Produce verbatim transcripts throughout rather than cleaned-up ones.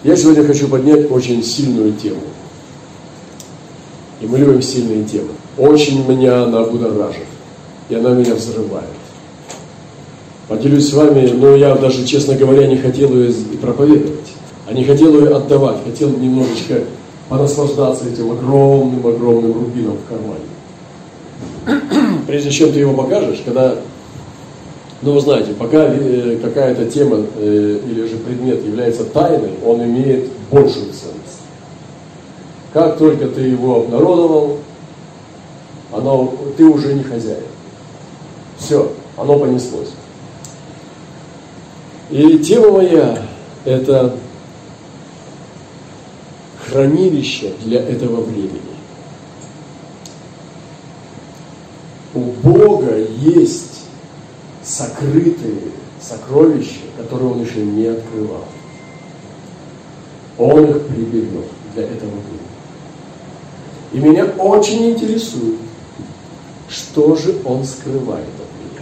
Я сегодня хочу поднять очень сильную тему. И мы любим сильные темы. Очень меня она будоражит. И она меня взрывает. Поделюсь с вами, но я даже, честно говоря, не хотел ее проповедовать. А не хотел ее отдавать. Хотел немножечко понаслаждаться этим огромным-огромным рубином в кармане. Прежде чем ты его покажешь, когда... Ну, вы знаете, пока какая-то тема или же предмет является тайной, он имеет большую ценность. Как только ты его обнародовал, оно, ты уже не хозяин. Все, оно понеслось. И тема моя – это хранилище для этого времени. У Бога есть сокрытые сокровища, которые Он еще не открывал. Он их приберег для этого времени. И меня очень интересует, что же Он скрывает от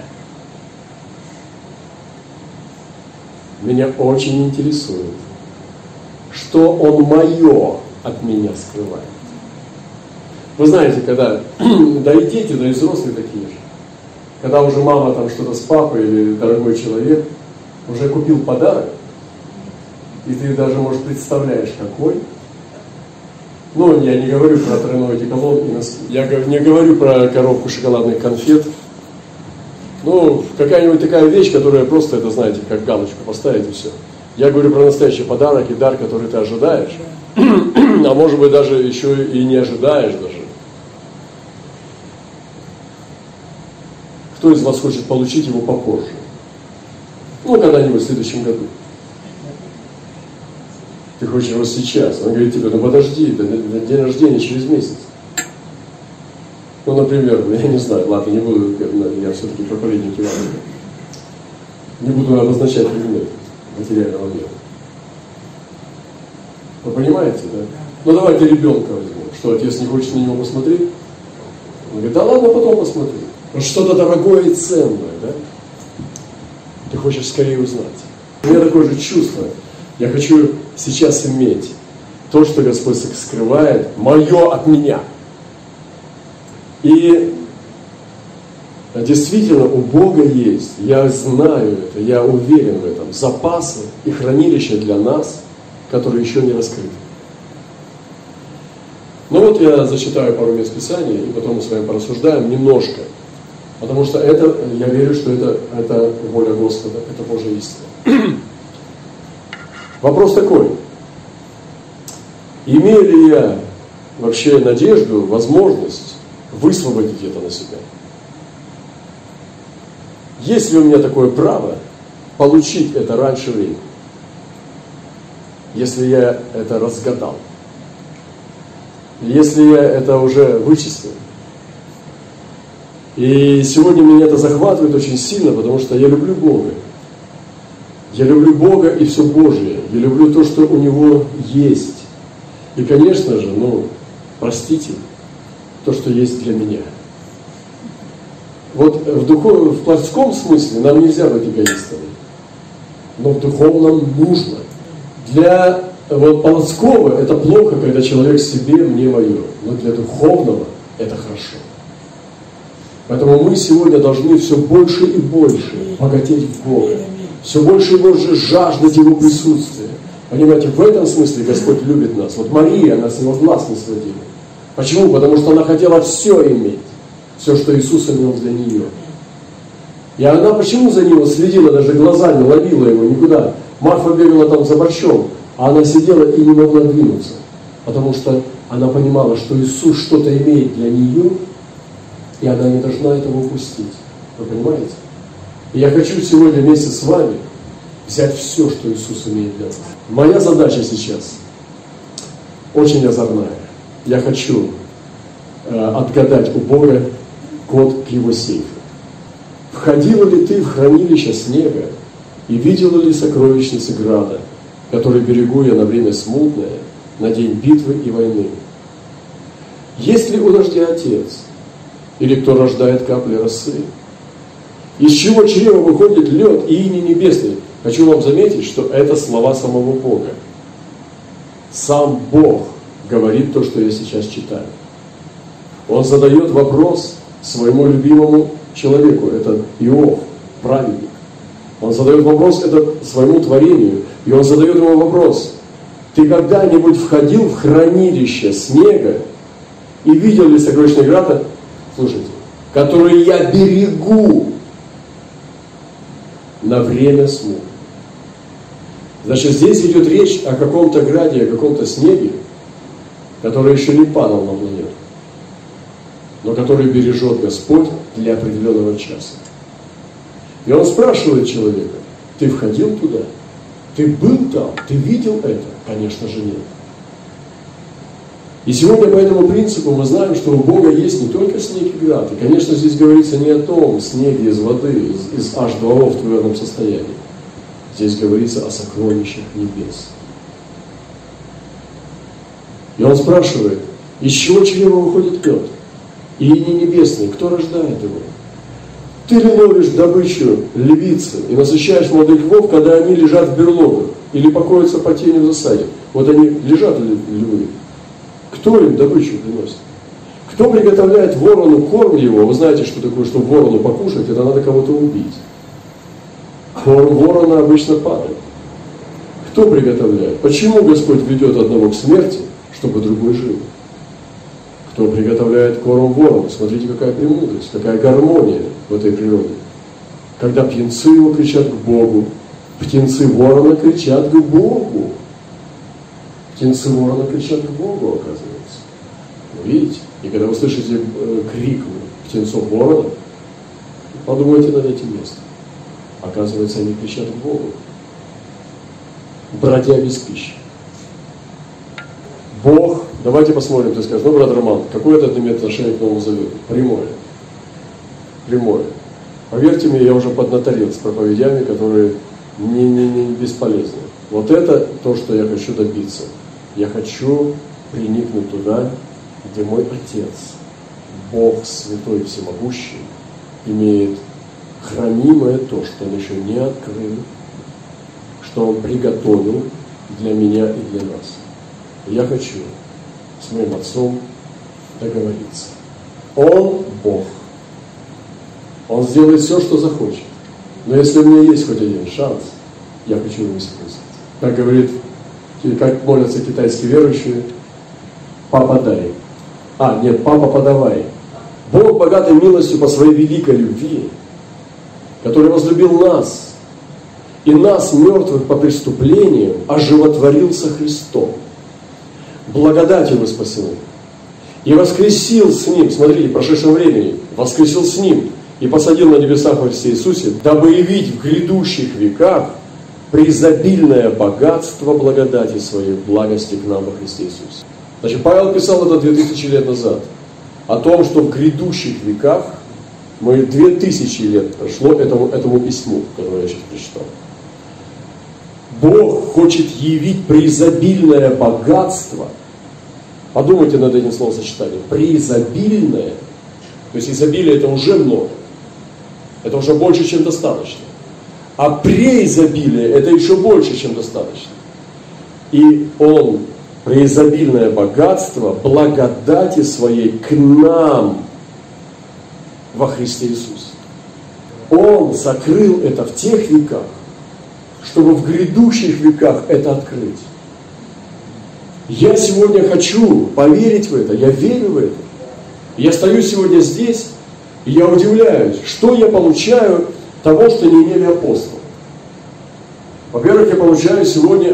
меня. Меня очень интересует, что Он мое от меня скрывает. Вы знаете, когда, да и дети, да и взрослые такие же, когда уже мама там что-то с папой или дорогой человек уже купил подарок, и ты даже, может, представляешь, какой. Ну, я не говорю про тройной одеколон и носки. Я не говорю про коробку шоколадных конфет. Ну, какая-нибудь такая вещь, которая просто, это, знаете, как галочку поставить и все. Я говорю про настоящий подарок и дар, который ты ожидаешь. А может быть, даже еще и не ожидаешь даже. Кто из вас хочет получить его попозже? Ну, когда-нибудь в следующем году. Ты хочешь его сейчас. Он говорит тебе, ну подожди, это день рождения через месяц. Ну, например, я не знаю, ладно, не буду, я все-таки проповедник Ивана. Не буду обозначать предмет материального мира. Вы понимаете, да? Ну, давайте ребенка возьмем. Что, отец не хочет на него посмотреть? Он говорит, да ладно, потом посмотрю. Вот что-то дорогое и ценное, да? Ты хочешь скорее узнать. У меня такое же чувство. Я хочу сейчас иметь то, что Господь скрывает, мое от меня. И действительно у Бога есть, я знаю это, я уверен в этом, запасы и хранилища для нас, которые еще не раскрыты. Ну вот я зачитаю пару мест Писания, и потом мы с вами порассуждаем немножко. Потому что это, я верю, что это, это воля Господа, это Божья истина. Вопрос такой. Имею ли я вообще надежду, возможность высвободить это на себя? Есть ли у меня такое право получить это раньше времени? Если я это разгадал? Если я это уже вычислил? И сегодня меня это захватывает очень сильно, потому что я люблю Бога. Я люблю Бога и все Божие. Я люблю то, что у Него есть. И, конечно же, ну, простите, то, что есть для меня. Вот в, духов... в плотском смысле нам нельзя быть эгоистами. Но в духовном нужно. Для вот, плотского это плохо, когда человек себе, мне мое. Но для духовного это хорошо. Поэтому мы сегодня должны все больше и больше богатеть в Бога. Все больше и больше жаждать Его присутствия. Понимаете, в этом смысле Господь любит нас. Вот Мария, она с Него глаз не сводила. Почему? Потому что она хотела все иметь. Все, что Иисус имел для нее. И она почему за Него следила, даже глазами ловила Его никуда? Марфа бегала там за борщом, а она сидела и не могла двинуться. Потому что она понимала, что Иисус что-то имеет для нее, и она не должна этого упустить. Вы понимаете? И я хочу сегодня вместе с вами взять все, что Иисус имеет для нас. Моя задача сейчас очень озорная. Я хочу э, отгадать у Бога код к Его сейфу. Входила ли ты в хранилище снега и видела ли сокровищницы града, который берегу я на время смутное, на день битвы и войны? Есть ли у дождя отец? Или кто рождает капли росы? Из чего чрева выходит лед и иней небесный? Хочу вам заметить, что это слова самого Бога. Сам Бог говорит то, что я сейчас читаю. Он задает вопрос своему любимому человеку, это Иов, праведник. Он задает вопрос это своему творению, и он задает ему вопрос: ты когда-нибудь входил в хранилище снега и видел ли сокровищные града, слушайте, которые я берегу на время смуты? Значит, здесь идет речь о каком-то граде, о каком-то снеге, который еще не падал на планету, но который бережет Господь для определенного часа. И он спрашивает человека: ты входил туда? Ты был там? Ты видел это? Конечно же нет. И сегодня по этому принципу мы знаем, что у Бога есть не только снег и град. И, конечно, здесь говорится не о том снеге из воды, из, из эйч два о в твердом состоянии. Здесь говорится о сокровищах небес. И он спрашивает: из чего чрева выходит мед? И не небесный, кто рождает его? Ты ли ловишь добычу львицы и насыщаешь молодых львов, когда они лежат в берлогах или покоятся по тени в засаде? Вот они лежат, львы. Кто им добычу приносит? Кто приготовляет ворону корм его? Вы знаете, что такое, чтобы ворону покушать, это надо кого-то убить. Корм ворона обычно падает. Кто приготовляет? Почему Господь ведет одного к смерти, чтобы другой жил? Кто приготовляет корм ворону? Смотрите, какая премудрость, какая гармония в этой природе. Когда птенцы его кричат к Богу, птенцы ворона кричат к Богу. Птенцы ворона кричат к Богу, оказывается. Вы видите? И когда вы слышите э, крик птенцов ворона, подумайте над этим местом. Оказывается, они кричат к Богу, бродя без пищи. Бог, давайте посмотрим, ты скажешь: ну, брат Роман, какое это имеет отношение к Новому Завету? Прямое. Прямое. Поверьте мне, я уже поднаторел с проповедями, которые не, не, не бесполезны. Вот это то, что я хочу добиться. Я хочу приникнуть туда, где мой Отец, Бог Святой Всемогущий, имеет хранимое то, что Он еще не открыл, что Он приготовил для меня и для нас. И я хочу с моим Отцом договориться. Он Бог. Он сделает все, что захочет. Но если у меня есть хоть один шанс, я хочу его использовать. Как говорит, как молятся китайские верующие: папа дай. А, нет, папа подавай. Бог, богатой милостью по своей великой любви, который возлюбил нас, и нас, мертвых по преступлениям, оживотворил со Христом. Благодатью вы спасены. И воскресил с Ним, смотрите, в прошедшем времени, воскресил с Ним и посадил на небесах во Христе Иисусе, дабы явить в грядущих веках преизобильное богатство благодати Своей в благости к нам во Христе Иисусе. Значит, Павел писал это две тысячи лет назад, о том, что в грядущих веках, мы две тысячи лет прошло этому, этому письму, которое я сейчас прочитал. Бог хочет явить преизобильное богатство. Подумайте над этим словосочетанием. Преизобильное. То есть изобилие это уже много. Это уже больше, чем достаточно. А преизобилие это еще больше, чем достаточно. И Он, преизобильное богатство, благодати Своей к нам во Христе Иисусе. Он закрыл это в тех веках, чтобы в грядущих веках это открыть. Я сегодня хочу поверить в это, я верю в это. Я стою сегодня здесь, и я удивляюсь, что я получаю того, что не имели апостолы. Во-первых, я получаю сегодня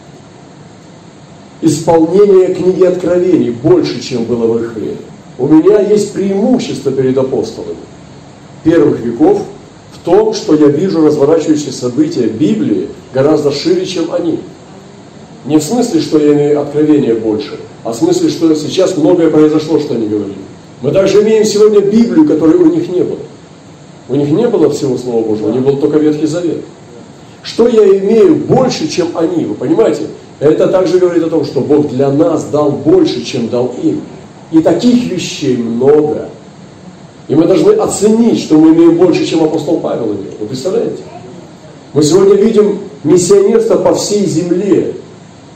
исполнение книги Откровений больше, чем было в их время. У меня есть преимущество перед апостолами первых веков в том, что я вижу разворачивающиеся события Библии гораздо шире, чем они. Не в смысле, что я имею откровение больше, а в смысле, что сейчас многое произошло, что они говорили. Мы также имеем сегодня Библию, которой у них не было. У них не было всего Слова Божьего, у них был только Ветхий Завет. Что я имею больше, чем они, вы понимаете? Это также говорит о том, что Бог для нас дал больше, чем дал им. И таких вещей много. И мы должны оценить, что мы имеем больше, чем апостол Павел имел. Вы представляете? Мы сегодня видим миссионерство по всей земле.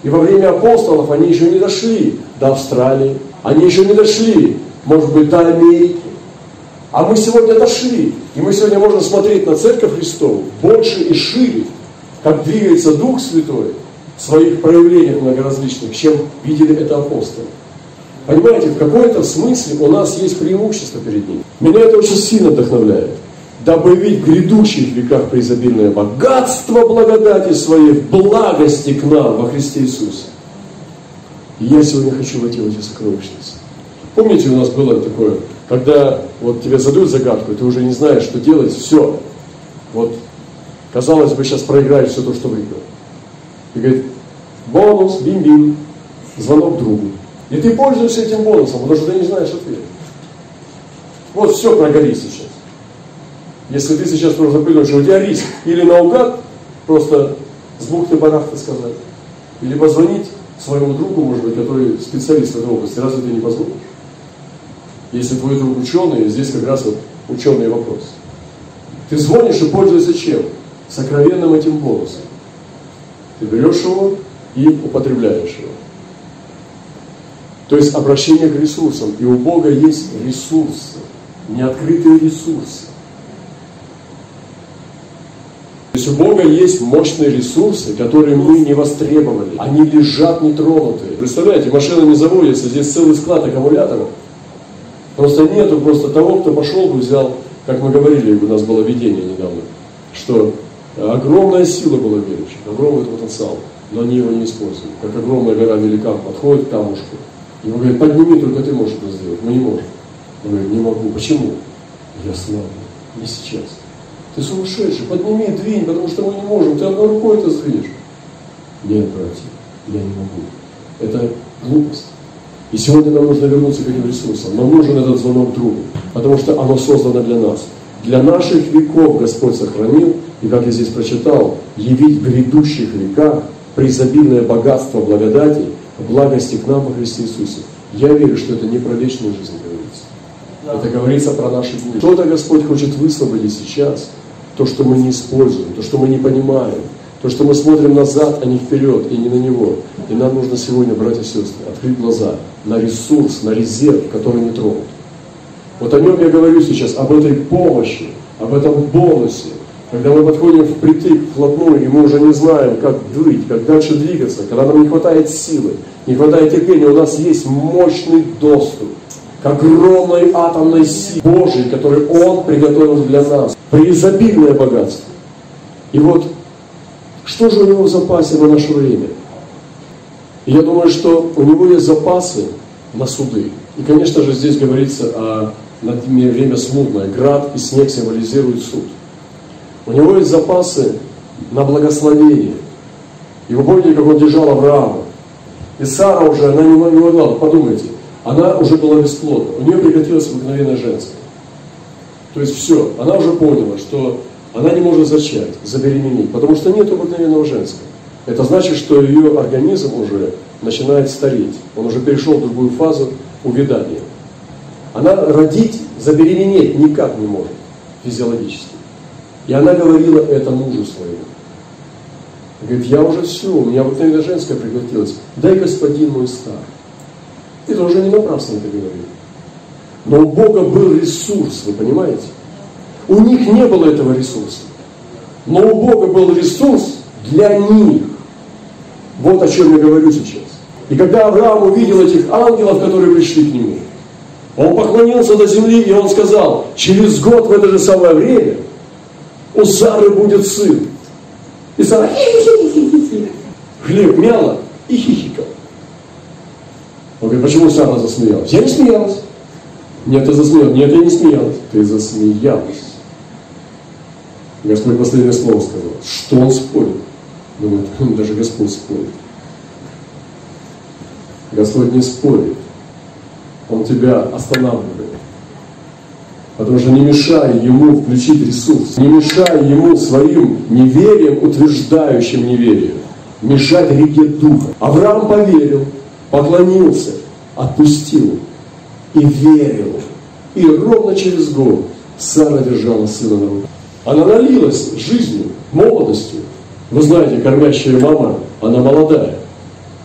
И во время апостолов они еще не дошли до Австралии, они еще не дошли, может быть, до Америки. А мы сегодня дошли, и мы сегодня можем смотреть на Церковь Христову больше и шире, как двигается Дух Святой в своих проявлениях многоразличных, чем видели это апостолы. Понимаете, в какой-то смысле у нас есть преимущество перед ними. Меня это очень сильно вдохновляет. Дабы видеть в грядущих веках преизобильное богатство благодати своей в благости к нам во Христе Иисусе. И я сегодня хочу войти в эти сокровищницы. Помните, у нас было такое, когда вот тебе задают загадку, и ты уже не знаешь, что делать, все. Вот, казалось бы, сейчас проиграешь все то, что выиграл. И говорит, бонус, бим-бим, звонок другу. И ты пользуешься этим бонусом, потому что ты не знаешь ответ. Вот все прогорит сейчас. Если ты сейчас просто запрыгнешь, у тебя риск или наугад, просто с бухты-барахты сказать, или позвонить своему другу, может быть, который специалист в этой области, разве ты не позвонишь? Если твой друг ученый, здесь как раз вот ученый вопрос. Ты звонишь и пользуешься чем? Сокровенным этим бонусом. Ты берешь его и употребляешь его. То есть обращение к ресурсам. И у Бога есть ресурсы, неоткрытые ресурсы. То есть у Бога есть мощные ресурсы, которые мы не востребовали. Они лежат нетронутые. Представляете, машина не заводится, здесь целый склад аккумуляторов. Просто нету просто того, кто пошел бы, взял, как мы говорили, у нас было видение недавно, что огромная сила была верующих, огромный потенциал, но они его не используют. Как огромная гора великан подходит к камушку, и он говорит, подними, только ты можешь это сделать. Мы не можем. Он говорит, не могу. Почему? Я слабый. Не сейчас. Ты сумасшедший, подними, двинь, потому что мы не можем. Ты одной рукой это сдвинешь. Нет, братья, я не могу. Это глупость. И сегодня нам нужно вернуться к этим ресурсам. Нам нужен этот звонок другу, потому что оно создано для нас. Для наших веков Господь сохранил, и как я здесь прочитал, явить в грядущих веках преизобильное богатство благодати, благости к нам во Христе Иисусе. Я верю, что это не про вечную жизнь говорится. Да. Это говорится про наши дни. Что-то Господь хочет высвободить сейчас, то, что мы не используем, то, что мы не понимаем, то, что мы смотрим назад, а не вперед, и не на Него. И нам нужно сегодня, братья и сестры, открыть глаза на ресурс, на резерв, который не тронут. Вот о нем я говорю сейчас, об этой помощи, об этом бонусе. Когда мы подходим впритык, вплотную, и мы уже не знаем, как быть, как дальше двигаться, когда нам не хватает силы, не хватает терпения, у нас есть мощный доступ к огромной атомной силе Божией, которую Он приготовил для нас. Преизобильное богатство. И вот, что же у Него в запасе на наше время? И я думаю, что у Него есть запасы на суды. И, конечно же, здесь говорится о на время смутное. Град и снег символизируют суд. У него есть запасы на благословение. И вы помните, как он держал Авраама. И Сара уже, она не могла, подумайте, она уже была бесплодна. У нее прекратилось обыкновенное женское. То есть все, она уже поняла, что она не может зачать, забеременеть, потому что нет обыкновенного женского. Это значит, что ее организм уже начинает стареть. Он уже перешел в другую фазу увядания. Она родить, забеременеть никак не может физиологически. И она говорила это мужу своему. Говорит, я уже все, у меня обыкновенно женское прекратилось. Дай господин мой стар. Это уже не напрасно это говорит. Но у Бога был ресурс, вы понимаете? У них не было этого ресурса. Но у Бога был ресурс для них. Вот о чем я говорю сейчас. И когда Авраам увидел этих ангелов, которые пришли к нему, он поклонился до земли, и он сказал, через год в это же самое время у Сары будет сын. И Сара хлеб мяла и хихикал. Он говорит, почему Сара засмеялась? Я не смеялась. Нет, ты засмеялась. Нет, я не смеялась. Ты засмеялась. Господь последнее слово сказал. Что он спорит? Думает, даже Господь спорит. Господь не спорит. Он тебя останавливает. Потому что не мешай ему включить ресурс. Не мешай ему своим неверием, утверждающим неверие. Мешать реке Духа. Авраам поверил, поклонился, отпустил и верил. И ровно через год Сара держала сына на руках. Она налилась жизнью, молодостью. Вы знаете, кормящая мама, она молодая.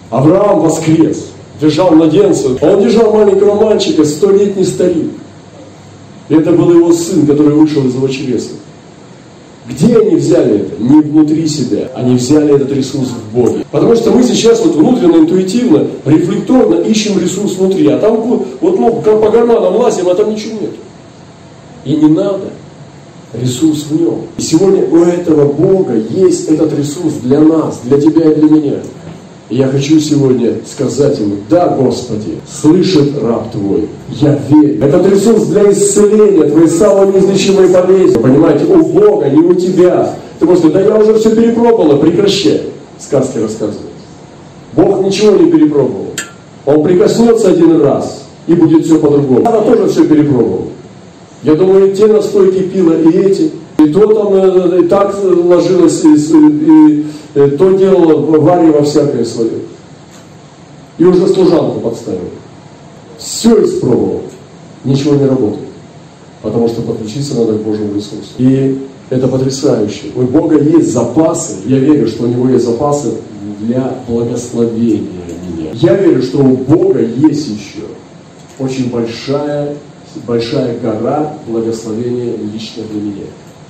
Авраам воскрес, держал младенца, а он держал маленького мальчика, столетний старик. И это был его сын, который вышел из его чреса. Где они взяли это? Не внутри себя. Они взяли этот ресурс в Боге. Потому что мы сейчас вот внутренне, интуитивно, рефлекторно ищем ресурс внутри. А там вот ну, как по карманам лазим, а там ничего нет. И не надо. Ресурс в нем. И сегодня у этого Бога есть этот ресурс для нас, для тебя и для меня. И я хочу сегодня сказать ему: да, Господи, слышит раб Твой, я верю. Этот ресурс для исцеления твоей самой неизлечимой болезни. Понимаете, у Бога, не у тебя. Ты можешь сказать: да я уже все перепробовала, прекращай. Сказки рассказывают. Бог ничего не перепробовал. Он прикоснется один раз, и будет все по-другому. Она тоже все перепробовала. Я думаю, и те настойки пила, и эти. И то там и так ложилось, и, и, и то делала варево всякое свое. И уже служанку подставила. Все испробовал. Ничего не работает. Потому что подключиться надо к Божьему ресурсу. И это потрясающе. У Бога есть запасы. Я верю, что у Него есть запасы для благословения меня. Я верю, что у Бога есть еще очень большая, большая гора благословения лично для меня.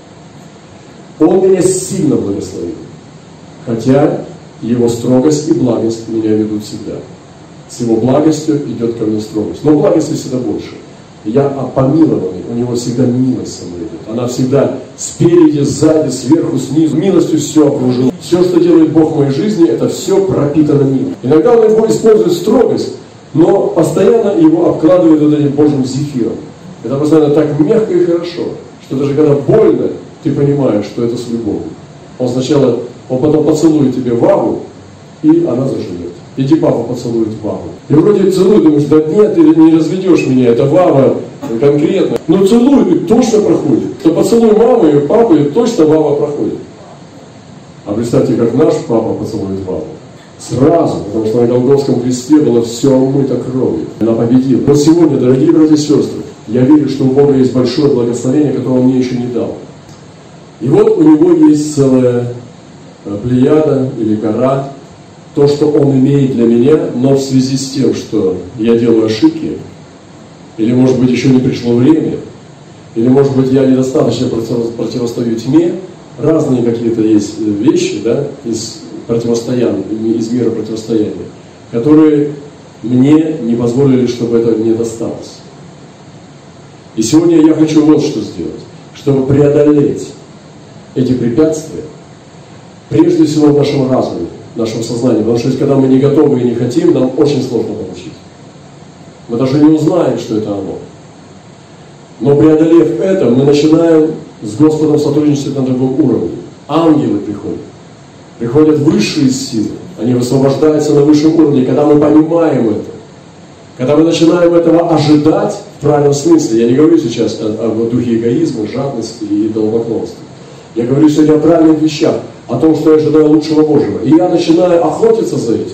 Он меня сильно благословил. Хотя Его строгость и благость меня ведут всегда. С Его благостью идет ко мне строгость. Но благости всегда больше. Я помилованный, у Него всегда милость со мной идет. Она всегда спереди, сзади, сверху, снизу. Милостью все окружено. Все, что делает Бог в моей жизни, это все пропитано милостью. Иногда Он его использует строгость, но постоянно его обкладывает вот этим Божьим зефиром. Это постоянно так мягко и хорошо, что даже когда больно, ты понимаешь, что это с любовью. Он сначала, он потом поцелует тебе ваву, и она заживет. Иди, папа, поцелует ваву. И вроде целует, думаешь: да нет, ты не разведешь меня, это вава конкретно. Но целует, и точно проходит. То поцелуй мамы и папы, и точно вава проходит. А представьте, как наш папа поцелует ваву. Сразу, потому что на Голгофском кресте было все омыто кровью. Она победила. Вот сегодня, дорогие братья и сестры, я верю, что у Бога есть большое благословение, которое Он мне еще не дал. И вот у Него есть целая плеяда или гора, то, что Он имеет для меня, но в связи с тем, что я делаю ошибки, или, может быть, еще не пришло время, или, может быть, я недостаточно противостою тьме, разные какие-то есть вещи, да, из противостояния, из мира противостояния, которые мне не позволили, чтобы это не досталось. И сегодня я хочу вот что сделать, чтобы преодолеть эти препятствия, прежде всего в нашем разуме, в нашем сознании. Потому что когда мы не готовы и не хотим, нам очень сложно получить. Мы даже не узнаем, что это оно. Но преодолев это, мы начинаем с Господом сотрудничать на другом уровне. Ангелы приходят. Приходят высшие силы. Они высвобождаются на высшем уровне, когда мы понимаем это. Когда мы начинаем этого ожидать в правильном смысле. Я не говорю сейчас о, о духе эгоизма, жадности и идолопоклонства. Я говорю сегодня о правильных вещах, о том, что я ожидаю лучшего Божьего. И я начинаю охотиться за этим.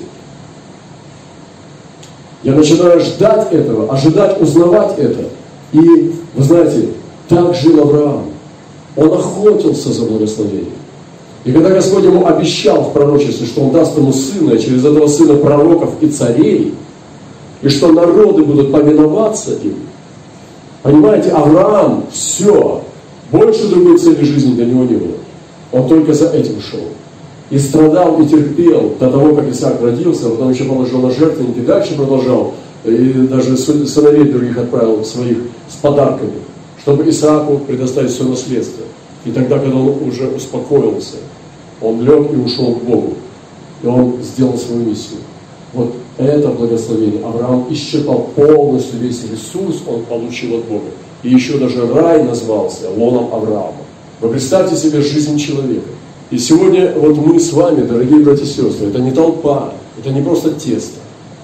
Я начинаю ждать этого, ожидать, узнавать это. И, вы знаете, так жил Авраам. Он охотился за благословением. И когда Господь ему обещал в пророчестве, что Он даст ему сына, и через этого сына пророков и царей, и что народы будут повиноваться им, понимаете, Авраам, все, больше другой цели жизни для него не было. Он только за этим шел. И страдал, и терпел до того, как Исаак родился, а потом еще положил на жертвенник, и дальше продолжал, и даже сыновей других отправил своих с подарками, чтобы Исааку предоставить все наследство. И тогда, когда он уже успокоился, он лег и ушел к Богу. И он сделал свою миссию. Вот это благословение. Авраам исчерпал полностью весь ресурс, он получил от Бога. И еще даже рай назвался лоном Авраама. Вы представьте себе жизнь человека. И сегодня вот мы с вами, дорогие братья и сестры, это не толпа, это не просто тесто.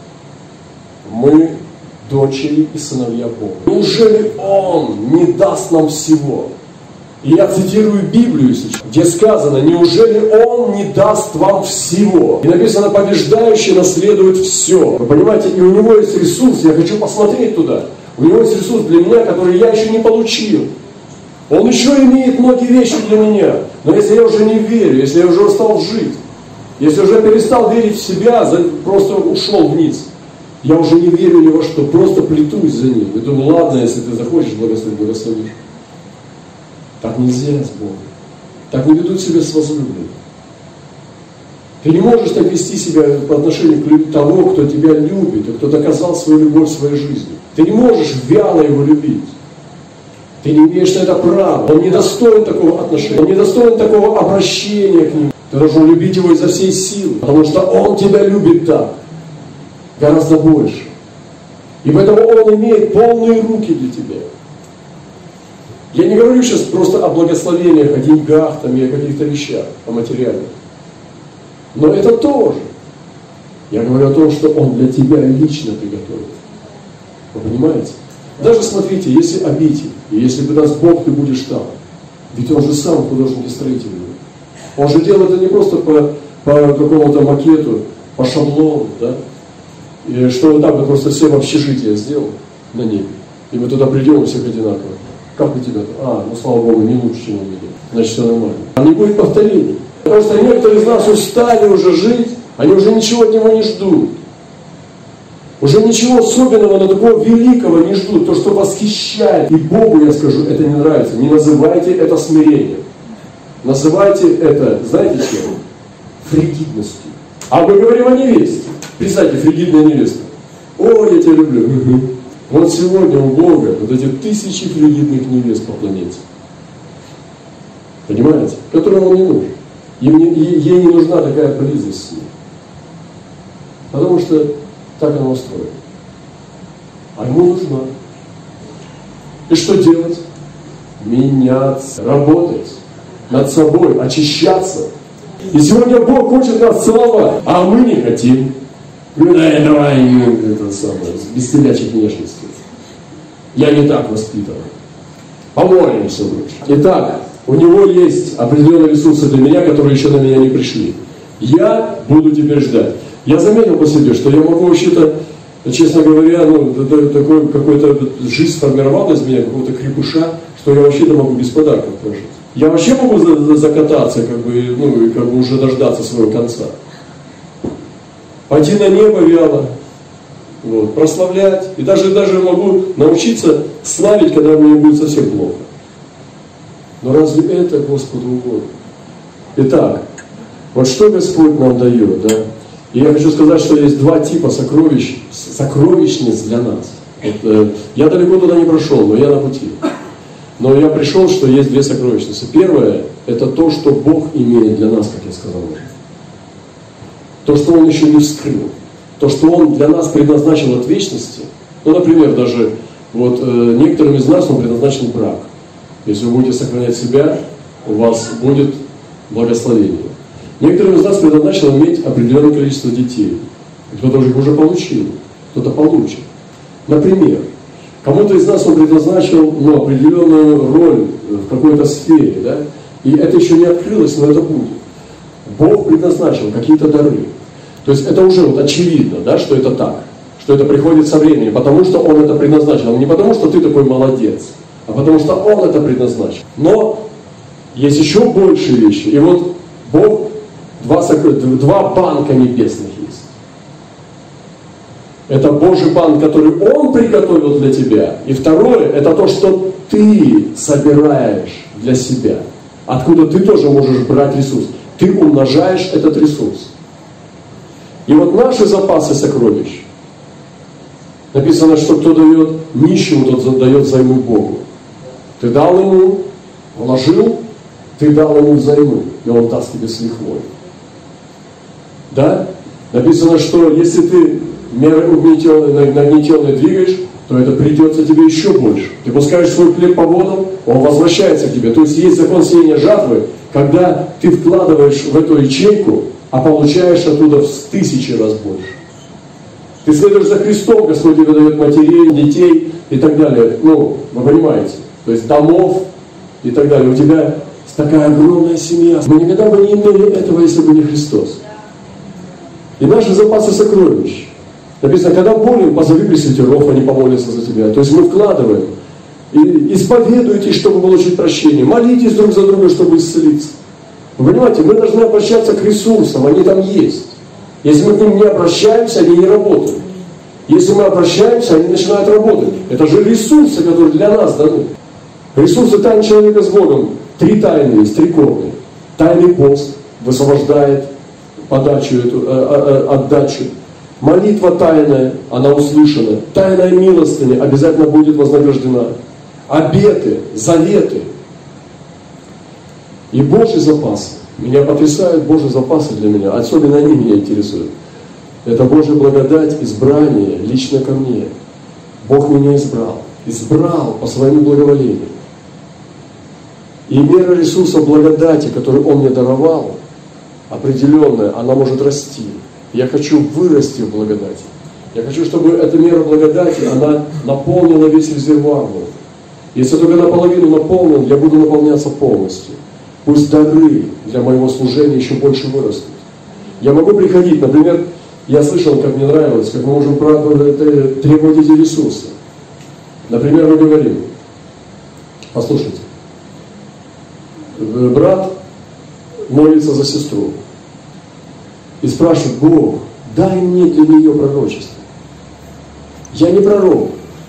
Мы дочери и сыновья Бога. Неужели Он не даст нам всего? И я цитирую Библию сейчас, где сказано: неужели Он не даст вам всего? И написано: побеждающий наследует все. Вы понимаете, и у него есть ресурс, я хочу посмотреть туда. У него есть ресурс для меня, который я еще не получил. Он еще имеет многие вещи для меня. Но если я уже не верю, если я уже устал жить, Если уже перестал верить в себя, просто ушел вниз. Я уже не верю ни во что, просто плетусь за ним. И думаю, ладно, если ты захочешь благословить, благословишь. Так нельзя с Богом. Так не ведут себя с возлюбленным. Ты не можешь так вести себя по отношению к тому, кто тебя любит, и кто доказал свою любовь в своей жизни. Ты не можешь вяло его любить. Ты не имеешь на это права. Он не достоин такого отношения. Он не достоин такого обращения к нему. Ты должен любить его изо всей силы, потому что он тебя любит так. Гораздо больше. И поэтому он имеет полные руки для тебя. Я не говорю сейчас просто о благословениях, о деньгах там, и о каких-то вещах, о материальных. Но это тоже. Я говорю о том, что он для тебя лично приготовил. Вы понимаете? Даже смотрите, если обитель, и если бы даст Бог, ты будешь там. Ведь он же сам художник и строитель. Он же делает это не просто по, по какому-то макету, по шаблону, да? И что вот так вот просто все в общежитие сделал на небе. И мы туда придем, у всех одинаково. Как у тебя? А, ну слава Богу, не лучше, чем у меня. Значит, все нормально. А не будет повторений. Потому что некоторые из нас устали уже жить, они уже ничего от него не ждут. Уже ничего особенного, но такого великого не ждут. То, что восхищает. И Богу, я скажу, это не нравится. Не называйте это смирением. Называйте это, знаете чем? Фригидностью. А мы говорим о невесте. Представьте, фригидная невеста. О, я тебя люблю. Вот сегодня у Бога вот эти тысячи фригидных невест по планете. Понимаете? Которым он не нужен. Ей не, ей не нужна такая близость с ним. Потому что так она устроена. А ему нужна. И что делать? Меняться, работать над собой, очищаться. И сегодня Бог хочет нас целовать, а мы не хотим. Ну да, давай, это самое, без телячьих внешностей. Я не так воспитан. Помолимся лучше. Итак, у него есть определенные ресурсы для меня, которые еще на меня не пришли. Я буду теперь ждать. Я заметил по себе, что я могу вообще-то, честно говоря, ну, такой какой-то жизнь сформировала из меня, какого-то крепыша, что я вообще-то могу без подарков прожить. Я вообще могу закататься, как бы, ну, и как бы уже дождаться своего конца. Пойти на небо вяло, вот, прославлять. И даже, даже могу научиться славить, когда мне будет совсем плохо. Но разве это Господу угодно? Итак, вот что Господь нам дает, да? И я хочу сказать, что есть два типа сокровищ, сокровищниц для нас. Вот, э, я далеко туда не прошел, но я на пути. Но я пришел, что есть две сокровищницы. Первое, это то, что Бог имеет для нас, как я сказал уже. То, что Он еще не вскрыл. То, что Он для нас предназначил от вечности. Ну, например, даже вот, э, некоторым из нас Он предназначен брак. Если вы будете сохранять себя, у вас будет благословение. Некоторым из нас предназначено иметь определенное количество детей. Кто-то уже их уже получил, кто-то получит. Например, кому-то из нас он предназначил, ну, определенную роль в какой-то сфере, да? И это еще не открылось, но это будет. Бог предназначил какие-то дары. То есть это уже вот очевидно, да, что это так, что это приходит со временем, потому что Он это предназначил. Не потому что ты такой молодец, а потому что Он это предназначил. Но есть еще большие вещи. И вот Бог, два, два банка небесных есть. Это Божий банк, который Он приготовил для тебя. И второе, это то, что ты собираешь для себя. Откуда ты тоже можешь брать ресурс. Ты умножаешь этот ресурс. И вот наши запасы сокровищ. Написано, что кто дает нищему, тот дает взаймы Богу. Ты дал ему, вложил, ты дал ему взаймы, и он даст тебе с лихвой. Да? Написано, что если ты угнетенный, нагнетенный двигаешь, то это придется тебе еще больше. Ты пускаешь свой хлеб по водам, он возвращается к тебе. То есть есть закон сеяния жатвы, когда ты вкладываешь в эту ячейку, а получаешь оттуда в тысячи раз больше. Ты следуешь за Христом, Господь тебе дает матерей, детей и так далее. Ну, вы понимаете. То есть домов и так далее. У тебя такая огромная семья. Мы никогда бы не имели этого, если бы не Христос. И наши запасы сокровищ. Написано, когда болен, позови пресвитеров, они помолятся за тебя. То есть мы вкладываем. И исповедуйтесь, чтобы получить прощение. Молитесь друг за друга, чтобы исцелиться. Вы понимаете, мы должны обращаться к ресурсам, они там есть. Если мы к ним не обращаемся, они не работают. Если мы обращаемся, они начинают работать. Это же ресурсы, которые для нас даны. Ресурсы тайны человека с Богом. Три тайны есть, три корня. Тайный пост высвобождает подачу, эту, э, э, отдачу. Молитва тайная, она услышана. Тайная милостыня обязательно будет вознаграждена. Обеты, заветы. И Божьи запасы. Меня потрясают Божьи запасы для меня. Особенно они меня интересуют. Это Божья благодать, избрание лично ко мне. Бог меня избрал. Избрал по своему благоволению. И мера ресурсов благодати, которую Он мне даровал, определенная, она может расти. Я хочу вырасти в благодати. Я хочу, чтобы эта мера благодати, она наполнила весь резервуар. Если только наполовину наполнен, я буду наполняться полностью. Пусть дары для моего служения еще больше вырастут. Я могу приходить, например, я слышал, как мне нравилось, как мы можем требовать эти ресурсы. Например, мы говорим, послушайте, брат молится за сестру и спрашивает: Бог, дай мне для нее пророчество. Я не пророк,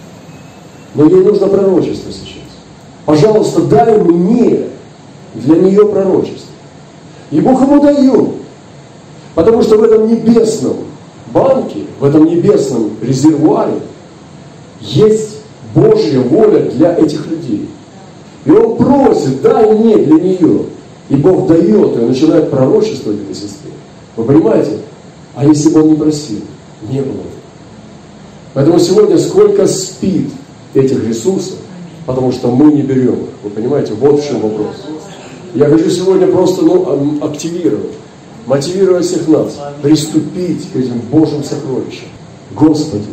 но ей нужно пророчество сейчас. Пожалуйста, дай мне для нее пророчество. И Бог ему дает. Потому что в этом небесном банке, в этом небесном резервуаре есть Божья воля для этих людей. И он просит: дай мне для нее. И Бог дает, и он начинает пророчествовать этой сестре. Вы понимаете? А если бы он не просил, не было бы. Поэтому сегодня сколько спит этих ресурсов, потому что мы не берем их. Вы понимаете? Вот в чем вопрос. Я хочу сегодня просто ну, активировать, мотивировать всех нас, приступить к этим Божьим сокровищам. Господи,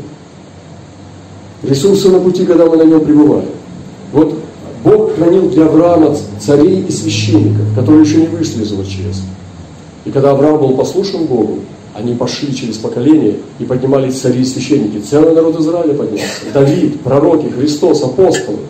ресурсы на пути, когда мы на нем пребываем. Вот Бог хранил для Авраама царей и священников, которые еще не вышли из его чреса. И когда Авраам был послушен Богу, они пошли через поколение и поднимались цари и священники. Целый народ Израиля поднялся. Давид, пророки, Христос, апостолы.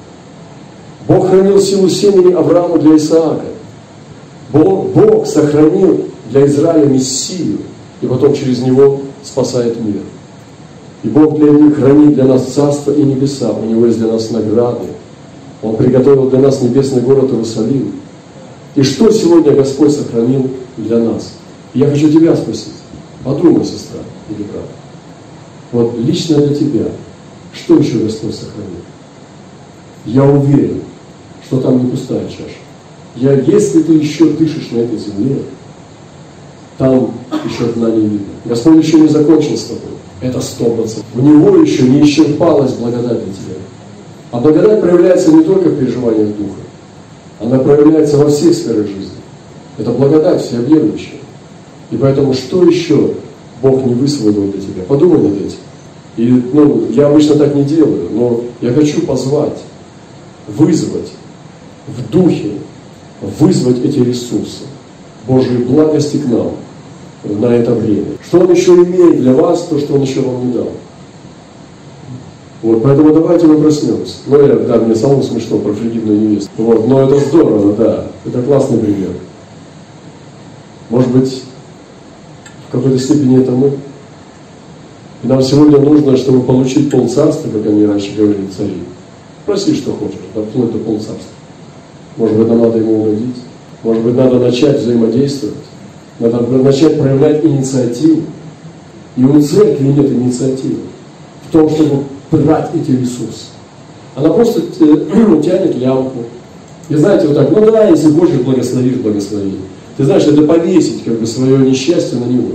Бог хранил силу семени Авраама для Исаака. Бог, Бог сохранил для Израиля Мессию, и потом через него спасает мир. И Бог для них хранит для нас царство и небеса. У Него есть для нас награды. Он приготовил для нас небесный город Иерусалим. И что сегодня Господь сохранил для нас? Я хочу тебя спросить. Подумай, сестра или брат. Вот лично для тебя, что еще Господь сохранил? Я уверен, что там не пустая чаша. Я, если ты еще дышишь на этой земле, там еще дна не видно. Господь еще не закончил с тобой. Это сто процентов. В Него еще не исчерпалась благодать для тебя. А благодать проявляется не только в переживаниях Духа. Она проявляется во всех сферах жизни. Это благодать всеобъемлющая. И поэтому что еще Бог не высвободил для тебя? Подумай над этим. И ну, я обычно так не делаю, но я хочу позвать, вызвать в Духе, вызвать эти ресурсы Божьей благости к нам на это время. Что Он еще имеет для вас, то, что Он еще вам не дал. Вот, поэтому давайте мы проснемся. Ну, я, да, мне самому смешно про фригидную невесту. Вот, но это здорово, да. Это классный пример. Может быть, в какой-то степени это мы. И нам сегодня нужно, чтобы получить полцарства, как они раньше говорили, цари. Проси, что хочешь, да, вплоть до полцарства. Может быть, нам надо ему угодить. Может быть, надо начать взаимодействовать. Надо начать проявлять инициативу. И у церкви нет инициативы в том, чтобы брать эти ресурсы. Она просто тянет лямку. И знаете, вот так, ну да, если хочешь, благословишь, благослови. Ты знаешь, это повесить как бы свое несчастье на него.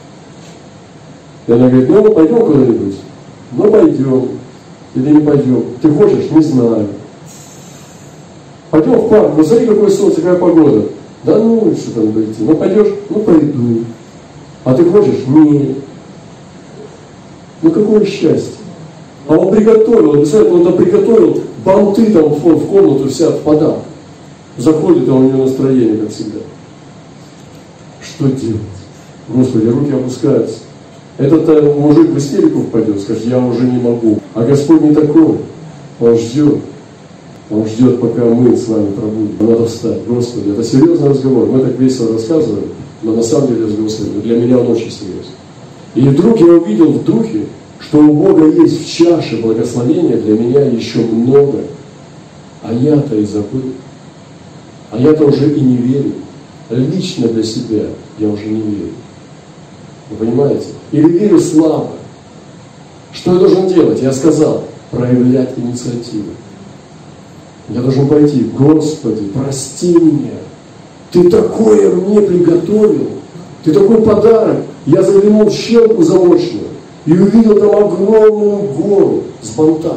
И она говорит: ну, пойдем куда-нибудь. Ну, пойдем. Или не пойдем. Ты хочешь? Не знаю. Пойдем в парк. Ну, смотри, какое солнце, какая погода. Да ну, что там пойти. Ну, пойдешь? Ну, пойду. А ты хочешь? Нет. Ну, какое счастье. А он приготовил, представляете, он там приготовил банты там в, в комнату вся в подарок. Заходит, а у него настроение, как всегда. Что делать? Господи, руки опускаются. Этот э, мужик в истерику впадет, скажет: я уже не могу. А Господь не такой. Он ждет. Он ждет, пока мы с вами пробудем. Надо встать. Господи, это серьезный разговор. Мы так весело рассказываем, но на самом деле разговор серьезный. Для меня он очень серьезный. И вдруг я увидел в духе, что у Бога есть в чаше благословения для меня еще много. А я-то и забыл. А я-то уже и не верю. Лично для себя я уже не верю. Вы понимаете? Или верю слабо. Что я должен делать? Я сказал, проявлять инициативу. Я должен пойти, Господи, прости меня. Ты такое мне приготовил. Ты такой подарок. Я заглянул в щелку замочную и увидел там огромную гору с бантами.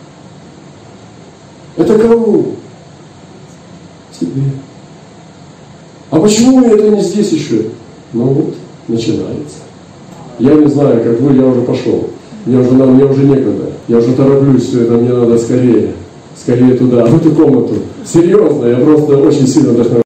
Это кому? Тебе. А почему это не здесь еще? Ну вот, начинается. Я не знаю, как вы, я уже пошел. Мне уже, мне уже некогда. Я уже тороплюсь, все это мне надо скорее. Скорее туда, в эту комнату. Серьезно, я просто очень сильно вдохновляюсь.